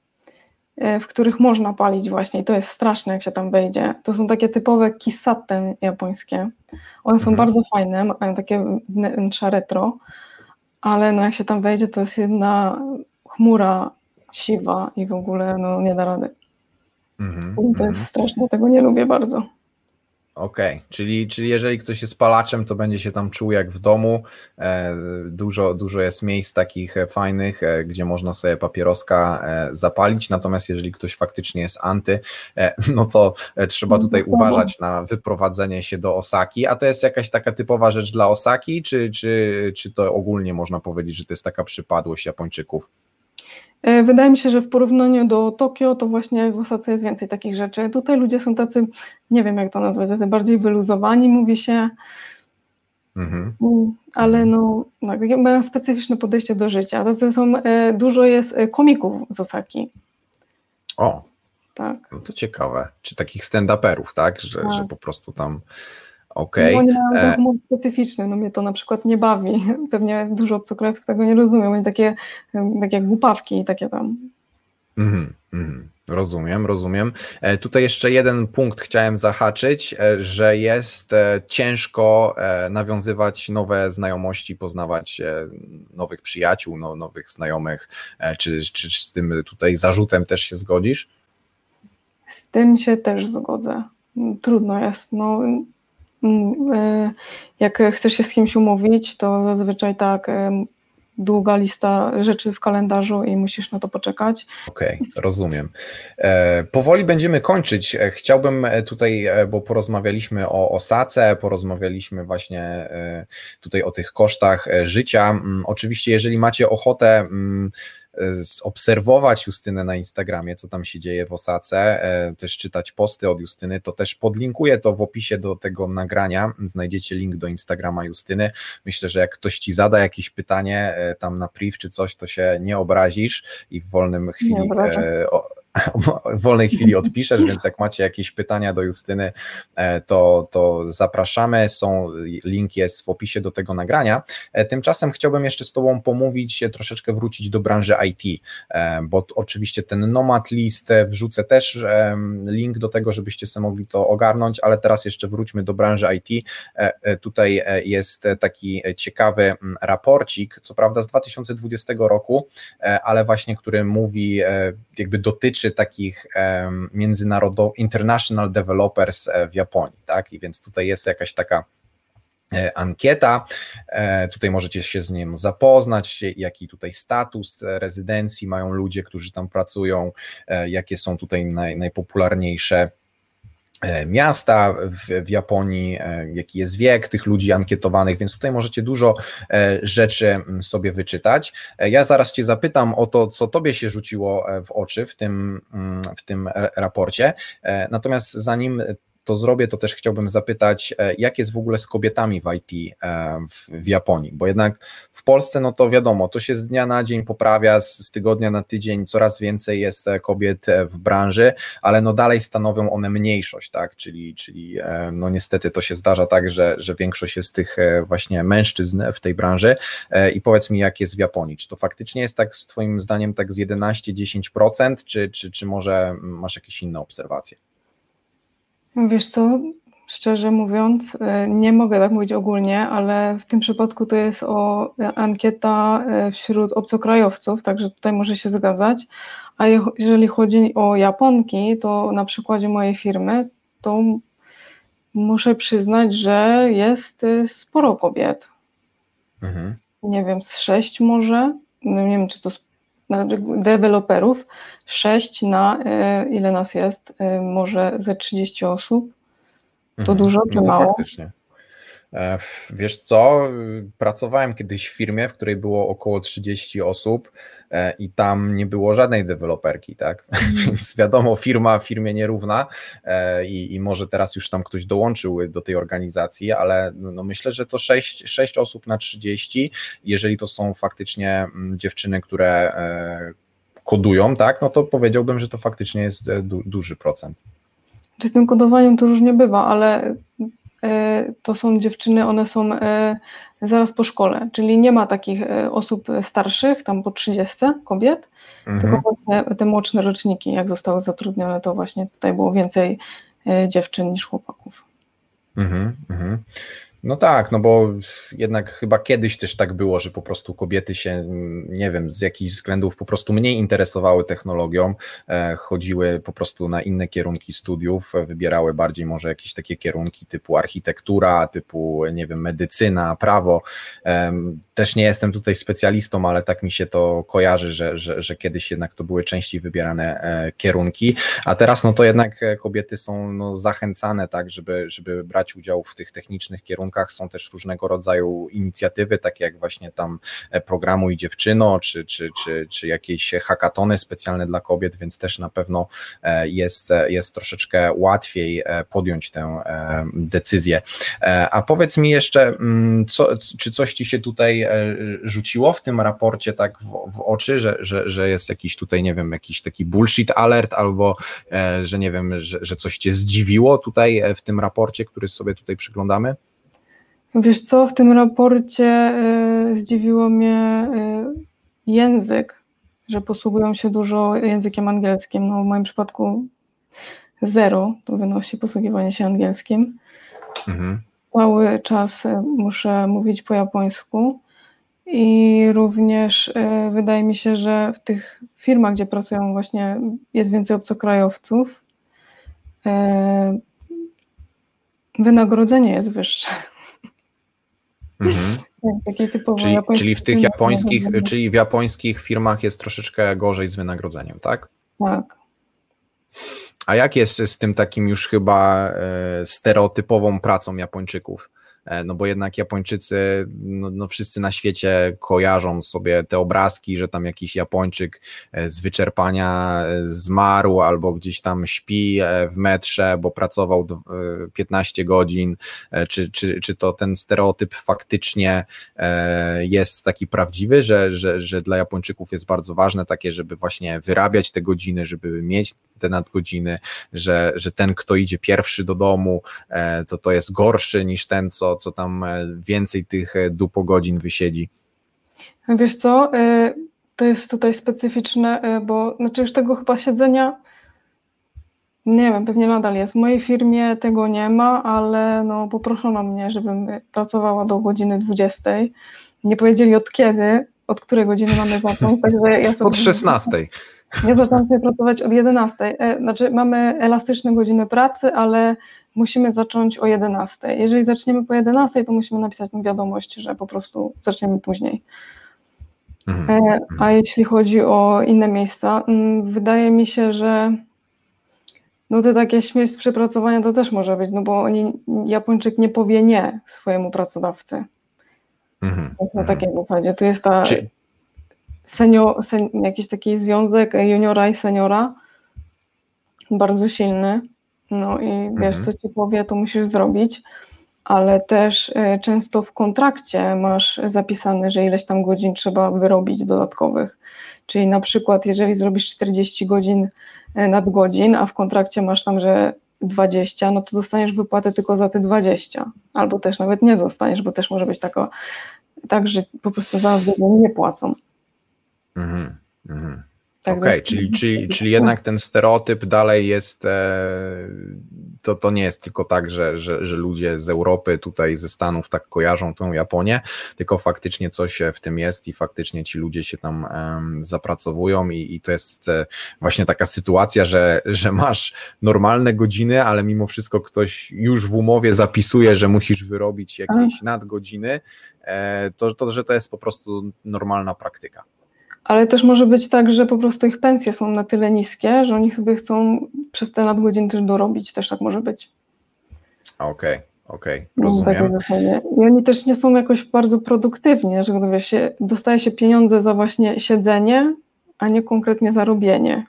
w których można palić właśnie i to jest straszne, jak się tam wejdzie. To są takie typowe kissatte japońskie. One są mhm. bardzo fajne, mają takie wnętrza retro, ale no jak się tam wejdzie, to jest jedna chmura siwa i w ogóle no nie da rady. Mhm. I to jest straszne, tego nie lubię bardzo. Okej, okay. czyli, czyli jeżeli ktoś jest palaczem, to będzie się tam czuł jak w domu. E, dużo, dużo jest miejsc takich fajnych, e, gdzie można sobie papieroska e, zapalić, natomiast jeżeli ktoś faktycznie jest anty, e, no to e, trzeba tutaj no, uważać na wyprowadzenie się do Osaki, a to jest jakaś taka typowa rzecz dla Osaki, czy, czy, czy to ogólnie można powiedzieć, że to jest taka przypadłość Japończyków? Wydaje mi się, że w porównaniu do Tokio, to właśnie w Osace jest więcej takich rzeczy. Tutaj ludzie są tacy, nie wiem jak to nazwać, tacy bardziej wyluzowani, mówi się, mhm. ale no, tak, mają specyficzne podejście do życia. Tacy są, dużo jest komików z Osaki. O, tak. No to ciekawe. Czy takich stand-uperów, tak? Że, tak, że po prostu tam... Okay. No, oni mają humor specyficzny, no mnie to na przykład nie bawi, pewnie dużo obcokrajowców tego nie rozumiem, oni takie, takie głupawki i takie tam. Mm, mm, rozumiem, rozumiem. E, tutaj jeszcze jeden punkt chciałem zahaczyć, e, że jest e, ciężko e, nawiązywać nowe znajomości, poznawać e, nowych przyjaciół, no, nowych znajomych, e, czy, czy, czy z tym tutaj zarzutem też się zgodzisz? Z tym się też zgodzę. Trudno jest, no... Jak chcesz się z kimś umówić, to zazwyczaj tak długa lista rzeczy w kalendarzu i musisz na to poczekać. Okej, okay, rozumiem. E, powoli będziemy kończyć. Chciałbym tutaj, bo porozmawialiśmy o Osace, porozmawialiśmy właśnie e, tutaj o tych kosztach życia. Oczywiście, jeżeli macie ochotę obserwować Justynę na Instagramie, co tam się dzieje w Osace, też czytać posty od Justyny, to też podlinkuję to w opisie do tego nagrania, znajdziecie link do Instagrama Justyny. Myślę, że jak ktoś ci zada jakieś pytanie tam na priv czy coś, to się nie obrazisz i w wolnym chwili w wolnej chwili odpiszesz, więc jak macie jakieś pytania do Justyny, to, to zapraszamy, są, link jest w opisie do tego nagrania. Tymczasem chciałbym jeszcze z Tobą pomówić, troszeczkę wrócić do branży I T, bo oczywiście ten Nomad List wrzucę też link do tego, żebyście sobie mogli to ogarnąć, ale teraz jeszcze wróćmy do branży I T. Tutaj jest taki ciekawy raporcik, co prawda z dwa tysiące dwudziestego roku, ale właśnie, który mówi, jakby dotyczy takich um, międzynarodowych, international developers w Japonii, tak? I więc tutaj jest jakaś taka ankieta. Tutaj możecie się z nim zapoznać, jaki tutaj status rezydencji mają ludzie, którzy tam pracują, jakie są tutaj naj, najpopularniejsze miasta w, w Japonii, jaki jest wiek tych ludzi ankietowanych, więc tutaj możecie dużo rzeczy sobie wyczytać. Ja zaraz Cię zapytam o to, co Tobie się rzuciło w oczy w tym, w tym raporcie, natomiast zanim to zrobię, to też chciałbym zapytać, jak jest w ogóle z kobietami w I T w, w Japonii, bo jednak w Polsce, no to wiadomo, to się z dnia na dzień poprawia, z, z tygodnia na tydzień coraz więcej jest kobiet w branży, ale no dalej stanowią one mniejszość, tak, czyli, czyli no niestety to się zdarza tak, że, że większość jest tych właśnie mężczyzn w tej branży i powiedz mi, jak jest w Japonii, czy to faktycznie jest tak z Twoim zdaniem tak z jedenaście do dziesięciu procent, czy, czy, czy może masz jakieś inne obserwacje? Wiesz co, szczerze mówiąc, nie mogę tak mówić ogólnie, ale w tym przypadku to jest o ankieta wśród obcokrajowców, także tutaj może się zgadzać, a jeżeli chodzi o Japonki, to na przykładzie mojej firmy, to muszę przyznać, że jest sporo kobiet. Mhm. Nie wiem, z sześć może, no nie wiem, czy to deweloperów, sześć na, ile nas jest, może ze trzydzieści osób, to mhm. dużo czy no to mało? Faktycznie. Wiesz co, pracowałem kiedyś w firmie, w której było około trzydzieści osób i tam nie było żadnej deweloperki, tak, mm. więc wiadomo, firma firmie nierówna i, i może teraz już tam ktoś dołączył do tej organizacji, ale no myślę, że to sześć, sześć osób na trzydzieści, jeżeli to są faktycznie dziewczyny, które kodują, tak, no to powiedziałbym, że to faktycznie jest du- duży procent. Z tym kodowaniem to różnie bywa, ale to są dziewczyny, one są zaraz po szkole, czyli nie ma takich osób starszych, tam po trzydziestu kobiet, mhm. tylko te, te młodsze roczniki, jak zostały zatrudnione, to właśnie tutaj było więcej dziewczyn niż chłopaków. Mhm, mhm. No tak, no bo jednak chyba kiedyś też tak było, że po prostu kobiety się, nie wiem, z jakichś względów po prostu mniej interesowały technologią, chodziły po prostu na inne kierunki studiów, wybierały bardziej może jakieś takie kierunki typu architektura, typu, nie wiem, medycyna, prawo. Też nie jestem tutaj specjalistą, ale tak mi się to kojarzy, że, że, że kiedyś jednak to były częściej wybierane kierunki, a teraz no to jednak kobiety są no zachęcane tak, żeby, żeby brać udział w tych technicznych kierunkach. Są też różnego rodzaju inicjatywy, takie jak właśnie tam Programuj Dziewczyno, czy, czy, czy, czy jakieś hackatony specjalne dla kobiet, więc też na pewno jest, jest troszeczkę łatwiej podjąć tę decyzję. A powiedz mi jeszcze, co, czy coś Ci się tutaj rzuciło w tym raporcie tak w, w oczy, że, że, że jest jakiś tutaj, nie wiem, jakiś taki bullshit alert, albo że nie wiem, że, że coś Cię zdziwiło tutaj w tym raporcie, który sobie tutaj przyglądamy? Wiesz co, w tym raporcie y, zdziwiło mnie y, język, że posługują się dużo językiem angielskim. No w moim przypadku zero to wynosi posługiwanie się angielskim. Mhm. Cały czas muszę mówić po japońsku i również y, wydaje mi się, że w tych firmach, gdzie pracują właśnie, jest więcej obcokrajowców, y, wynagrodzenie jest wyższe. Mhm. Takie typowo czyli, czyli w tych japońskich, czyli w japońskich firmach jest troszeczkę gorzej z wynagrodzeniem, tak? Tak. A jak jest z tym takim już chyba stereotypową pracą Japończyków? No bo jednak Japończycy, no, no wszyscy na świecie kojarzą sobie te obrazki, że tam jakiś Japończyk z wyczerpania zmarł albo gdzieś tam śpi w metrze, bo pracował piętnaście godzin, czy, czy, czy to ten stereotyp faktycznie jest taki prawdziwy, że, że, że dla Japończyków jest bardzo ważne takie, żeby właśnie wyrabiać te godziny, żeby mieć te nadgodziny, że, że ten, kto idzie pierwszy do domu, to to jest gorszy niż ten, co, co tam więcej tych dupogodzin wysiedzi. Wiesz co, to jest tutaj specyficzne, bo znaczy już tego chyba siedzenia, nie wiem, pewnie nadal jest. W mojej firmie tego nie ma, ale no poproszono mnie, żebym pracowała do godziny dwudziestej. Nie powiedzieli od kiedy, od której godziny mamy zacząć, także ja sobie... Od szesnastej. Ja zaczęłam sobie pracować od jedenastej, znaczy mamy elastyczne godziny pracy, ale musimy zacząć o jedenastej. Jeżeli zaczniemy po jedenastej, to musimy napisać tam wiadomość, że po prostu zaczniemy później. Mhm. A jeśli chodzi o inne miejsca, wydaje mi się, że no to takie śmierć z przepracowania to też może być, no bo oni, Japończyk nie powie nie swojemu pracodawcy. Mhm. Na takiej zasadzie. Tu jest ta Czy... senior, sen, jakiś taki związek juniora i seniora, bardzo silny. No i wiesz, mhm. co ci powie, to musisz zrobić, ale też y, często w kontrakcie masz zapisane, że ileś tam godzin trzeba wyrobić dodatkowych. Czyli na przykład, jeżeli zrobisz czterdzieści godzin nadgodzin, a w kontrakcie masz tam, że dwadzieścia, no to dostaniesz wypłatę tylko za te dwadzieścia. Albo też nawet nie zostaniesz, bo też może być tako, tak, że po prostu za nas nie płacą. Mhm, mhm. Tak, Okej, okay, czyli, czyli, czyli jednak ten stereotyp dalej jest, e, to, to nie jest tylko tak, że, że, że ludzie z Europy, tutaj ze Stanów tak kojarzą tą Japonię, tylko faktycznie coś w tym jest i faktycznie ci ludzie się tam e, zapracowują i, i to jest e, właśnie taka sytuacja, że, że masz normalne godziny, ale mimo wszystko ktoś już w umowie zapisuje, że musisz wyrobić jakieś nadgodziny, e, to, to, że to jest po prostu normalna praktyka. Ale też może być tak, że po prostu ich pensje są na tyle niskie, że oni sobie chcą przez te nadgodziny też dorobić, też tak może być. Okej, okay, okej, okay, rozumiem. I oni też nie są jakoś bardzo produktywni, że wiesz, się, dostaje się pieniądze za właśnie siedzenie, a nie konkretnie za robienie.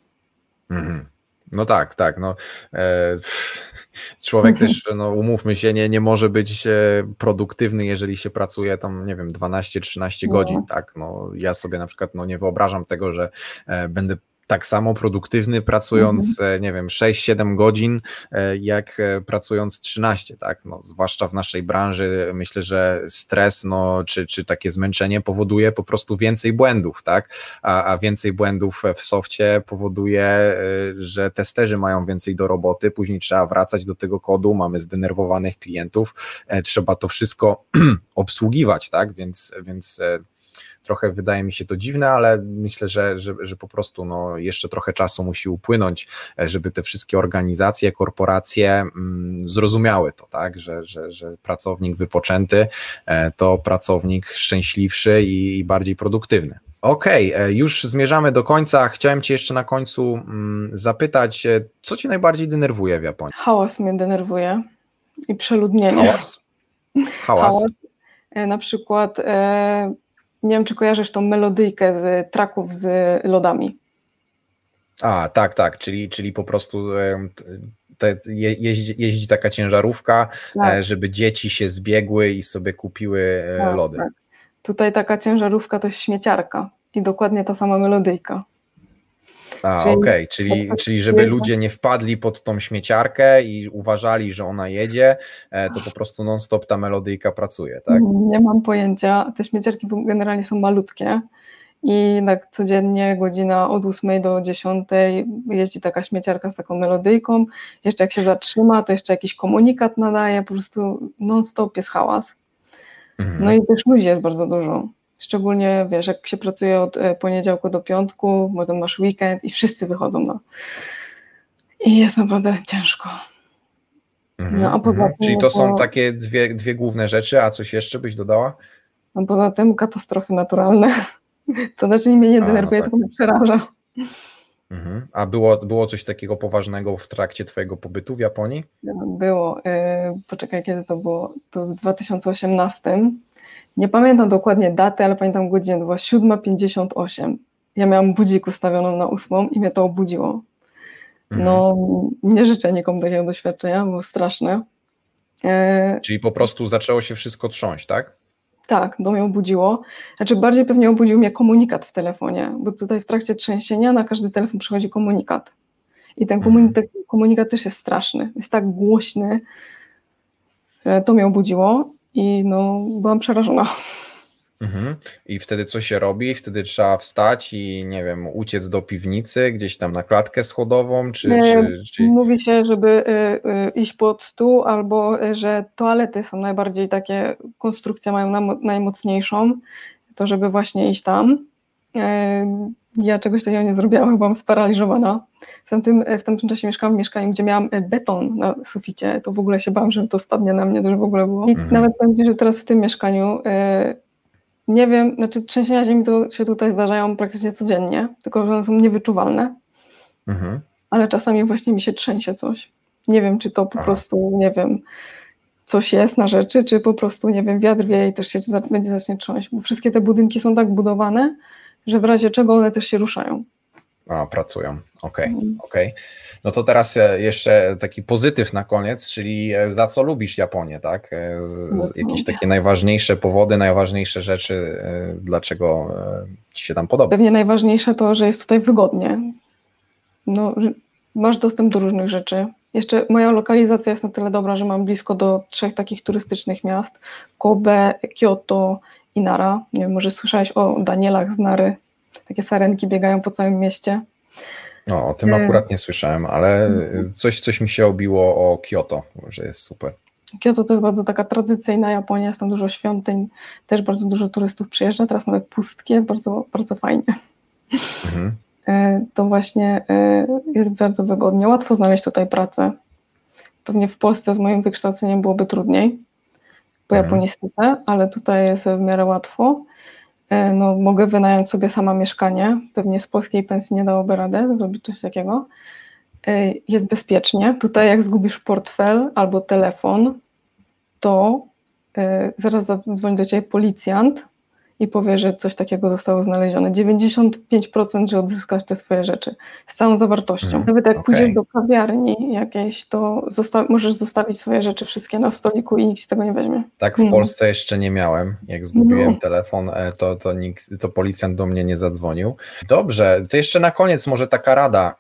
Mhm. No tak, tak, no e, człowiek też, no umówmy się, nie, nie może być produktywny, jeżeli się pracuje tam, nie wiem, dwanaście trzynaście no. godzin, tak, no ja sobie na przykład, no nie wyobrażam tego, że e, będę tak samo produktywny pracując, mhm. nie wiem, sześć siedem godzin, jak pracując trzynaście, tak, no zwłaszcza w naszej branży, myślę, że stres, no, czy, czy takie zmęczenie powoduje po prostu więcej błędów, tak, a, a więcej błędów w softie powoduje, że testerzy mają więcej do roboty, później trzeba wracać do tego kodu, mamy zdenerwowanych klientów, trzeba to wszystko obsługiwać, tak, więc, więc trochę wydaje mi się to dziwne, ale myślę, że, że, że po prostu no, jeszcze trochę czasu musi upłynąć, żeby te wszystkie organizacje, korporacje mm, zrozumiały to, tak, że, że, że pracownik wypoczęty to pracownik szczęśliwszy i, i bardziej produktywny. Okej, okay, już zmierzamy do końca. Chciałem Cię jeszcze na końcu mm, zapytać, co Cię najbardziej denerwuje w Japonii? Hałas mnie denerwuje i przeludnienie. Hałas? Hałas. Hałas. Na przykład... E... Nie wiem, czy kojarzysz tą melodyjkę z traków z lodami. A, tak, tak, czyli, czyli po prostu te, jeździ, jeździ taka ciężarówka, tak. żeby dzieci się zbiegły i sobie kupiły tak, lody. Tak. Tutaj taka ciężarówka to jest śmieciarka i dokładnie ta sama melodyjka. A, okej, okay. czyli, czyli żeby ludzie nie wpadli pod tą śmieciarkę i uważali, że ona jedzie, to po prostu non-stop ta melodyjka pracuje, tak? Nie mam pojęcia, te śmieciarki generalnie są malutkie i tak codziennie godzina od ósmej do dziesiątej jeździ taka śmieciarka z taką melodyjką, jeszcze jak się zatrzyma, to jeszcze jakiś komunikat nadaje, po prostu non-stop jest hałas. Mhm. No i też ludzi jest bardzo dużo. Szczególnie, wiesz, jak się pracuje od poniedziałku do piątku, potem masz weekend i wszyscy wychodzą na... I jest naprawdę ciężko. Mhm, no, a poza tym, czyli to są takie dwie, dwie główne rzeczy, a coś jeszcze byś dodała? A poza tym katastrofy naturalne. To znaczy mnie nie denerwuje, a, no tak. tylko mnie przeraża. Mhm. A było, było coś takiego poważnego w trakcie twojego pobytu w Japonii? Było. Yy, poczekaj, kiedy to było? To w dwa tysiące osiemnastym. Nie pamiętam dokładnie daty, ale pamiętam godzinę, to była siódma pięćdziesiąt osiem. Ja miałam budzik ustawioną na ósmą i mnie to obudziło. No, mhm. nie życzę nikomu takiego doświadczenia, było straszne. E... Czyli po prostu zaczęło się wszystko trząść, tak? Tak, to mnie obudziło. Znaczy bardziej pewnie obudził mnie komunikat w telefonie, bo tutaj w trakcie trzęsienia na każdy telefon przychodzi komunikat. I ten komunikat, mhm. komunikat też jest straszny, jest tak głośny. To mnie obudziło. I no, byłam przerażona. Mhm. I wtedy co się robi? Wtedy trzeba wstać i nie wiem, uciec do piwnicy, gdzieś tam na klatkę schodową, czy... czy, czy... Mówi się, żeby y, y, iść pod stół, albo y, że toalety są najbardziej takie, konstrukcja mają nam, najmocniejszą, to żeby właśnie iść tam. Ja czegoś takiego nie zrobiłam, byłam sparaliżowana. W tamtym, w tamtym czasie mieszkałam w mieszkaniu, gdzie miałam beton na suficie, to w ogóle się bałam, że to spadnie na mnie, to już w ogóle było. I mhm. nawet powiem Ci, że teraz w tym mieszkaniu nie wiem, znaczy trzęsienia ziemi to się tutaj zdarzają praktycznie codziennie, tylko że one są niewyczuwalne, mhm. ale czasami właśnie mi się trzęsie coś. Nie wiem, czy to po Aha. prostu, nie wiem, coś jest na rzeczy, czy po prostu, nie wiem, wiatr wieje i też się będzie zacznie trząść, bo wszystkie te budynki są tak budowane, że w razie czego one też się ruszają. A, pracują, okej, okay, mm. okej. Okay. No to teraz jeszcze taki pozytyw na koniec, czyli za co lubisz Japonię, tak? Z, z jakieś takie najważniejsze powody, najważniejsze rzeczy, dlaczego Ci się tam podoba? Pewnie najważniejsze to, że jest tutaj wygodnie. No, masz dostęp do różnych rzeczy. Jeszcze moja lokalizacja jest na tyle dobra, że mam blisko do trzech takich turystycznych miast. Kobe, Kyoto i Nara. Nie wiem, może słyszałeś o Danielach z Nary. Takie sarenki biegają po całym mieście. No, o tym akurat nie słyszałem, ale coś, coś mi się obiło o Kyoto, że jest super. Kyoto to jest bardzo taka tradycyjna Japonia, jest tam dużo świątyń, też bardzo dużo turystów przyjeżdża. Teraz mamy pustki, jest bardzo, bardzo fajnie. Mhm. To właśnie jest bardzo wygodnie. Łatwo znaleźć tutaj pracę. Pewnie w Polsce z moim wykształceniem byłoby trudniej po mhm. japonistyce, ale tutaj jest w miarę łatwo. No, mogę wynająć sobie sama mieszkanie. Pewnie z polskiej pensji nie dałoby radę zrobić coś takiego. Jest bezpiecznie. Tutaj jak zgubisz portfel albo telefon, to zaraz zadzwoni do Ciebie policjant i powie, że coś takiego zostało znalezione. dziewięćdziesiąt pięć procent, że odzyskasz te swoje rzeczy z całą zawartością. Mm, Nawet jak okay. pójdziesz do kawiarni jakiejś, to zosta- możesz zostawić swoje rzeczy wszystkie na stoliku i nikt ci tego nie weźmie. Tak w mm. Polsce jeszcze nie miałem. Jak zgubiłem no. telefon, to, to, nikt, to policjant do mnie nie zadzwonił. Dobrze, to jeszcze na koniec może taka rada,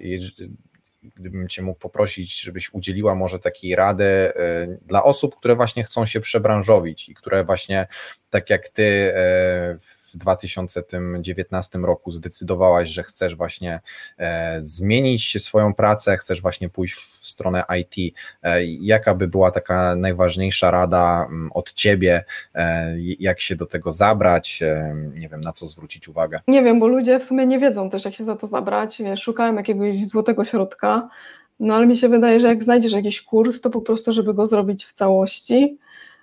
gdybym Cię mógł poprosić, żebyś udzieliła może takiej rady y, dla osób, które właśnie chcą się przebranżowić i które właśnie tak jak Ty y, w dwa tysiące dziewiętnastym roku zdecydowałaś, że chcesz właśnie y, zmienić swoją pracę, chcesz właśnie pójść w stronę I T. Y, jaka by była taka najważniejsza rada y, od Ciebie, y, jak się do tego zabrać, y, nie wiem, na co zwrócić uwagę? Nie wiem, bo ludzie w sumie nie wiedzą też, jak się za to zabrać, wiesz, szukają jakiegoś złotego środka, no ale mi się wydaje, że jak znajdziesz jakiś kurs, to po prostu, żeby go zrobić w całości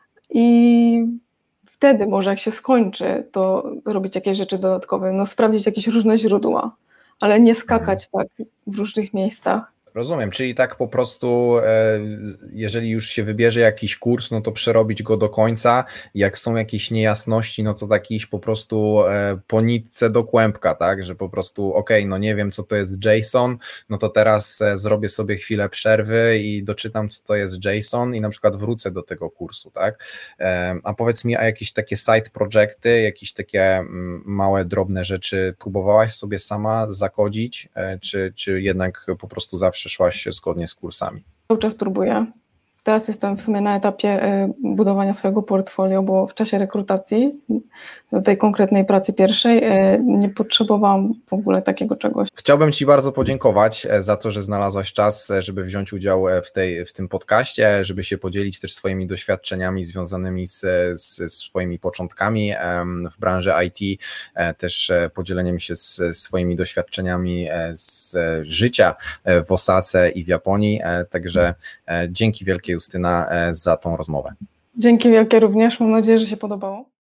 i wtedy może jak się skończy, to robić jakieś rzeczy dodatkowe, no sprawdzić jakieś różne źródła, ale nie skakać hmm. tak w różnych miejscach. Rozumiem, czyli tak po prostu, jeżeli już się wybierze jakiś kurs, no to przerobić go do końca, jak są jakieś niejasności, no to tak iść po prostu po nitce do kłębka, tak, że po prostu okej, okay, no nie wiem co to jest JSON, no to teraz zrobię sobie chwilę przerwy i doczytam co to jest JSON i na przykład wrócę do tego kursu, tak, a powiedz mi, a jakieś takie side projekty, jakieś takie małe, drobne rzeczy próbowałaś sobie sama zakodzić, czy, czy jednak po prostu zawsze szłaś zgodnie z kursami? Cały czas próbuję. Teraz jestem w sumie na etapie budowania swojego portfolio, bo w czasie rekrutacji do tej konkretnej pracy pierwszej nie potrzebowałam w ogóle takiego czegoś. Chciałbym Ci bardzo podziękować za to, że znalazłaś czas, żeby wziąć udział w, tej, w tym podcaście, żeby się podzielić też swoimi doświadczeniami związanymi z, z swoimi początkami w branży I T, też podzieleniem się z swoimi doświadczeniami z życia w Osace i w Japonii. Także dzięki wielkie, Justyna, za tą rozmowę. Dzięki wielkie również, mam nadzieję, że się podobało.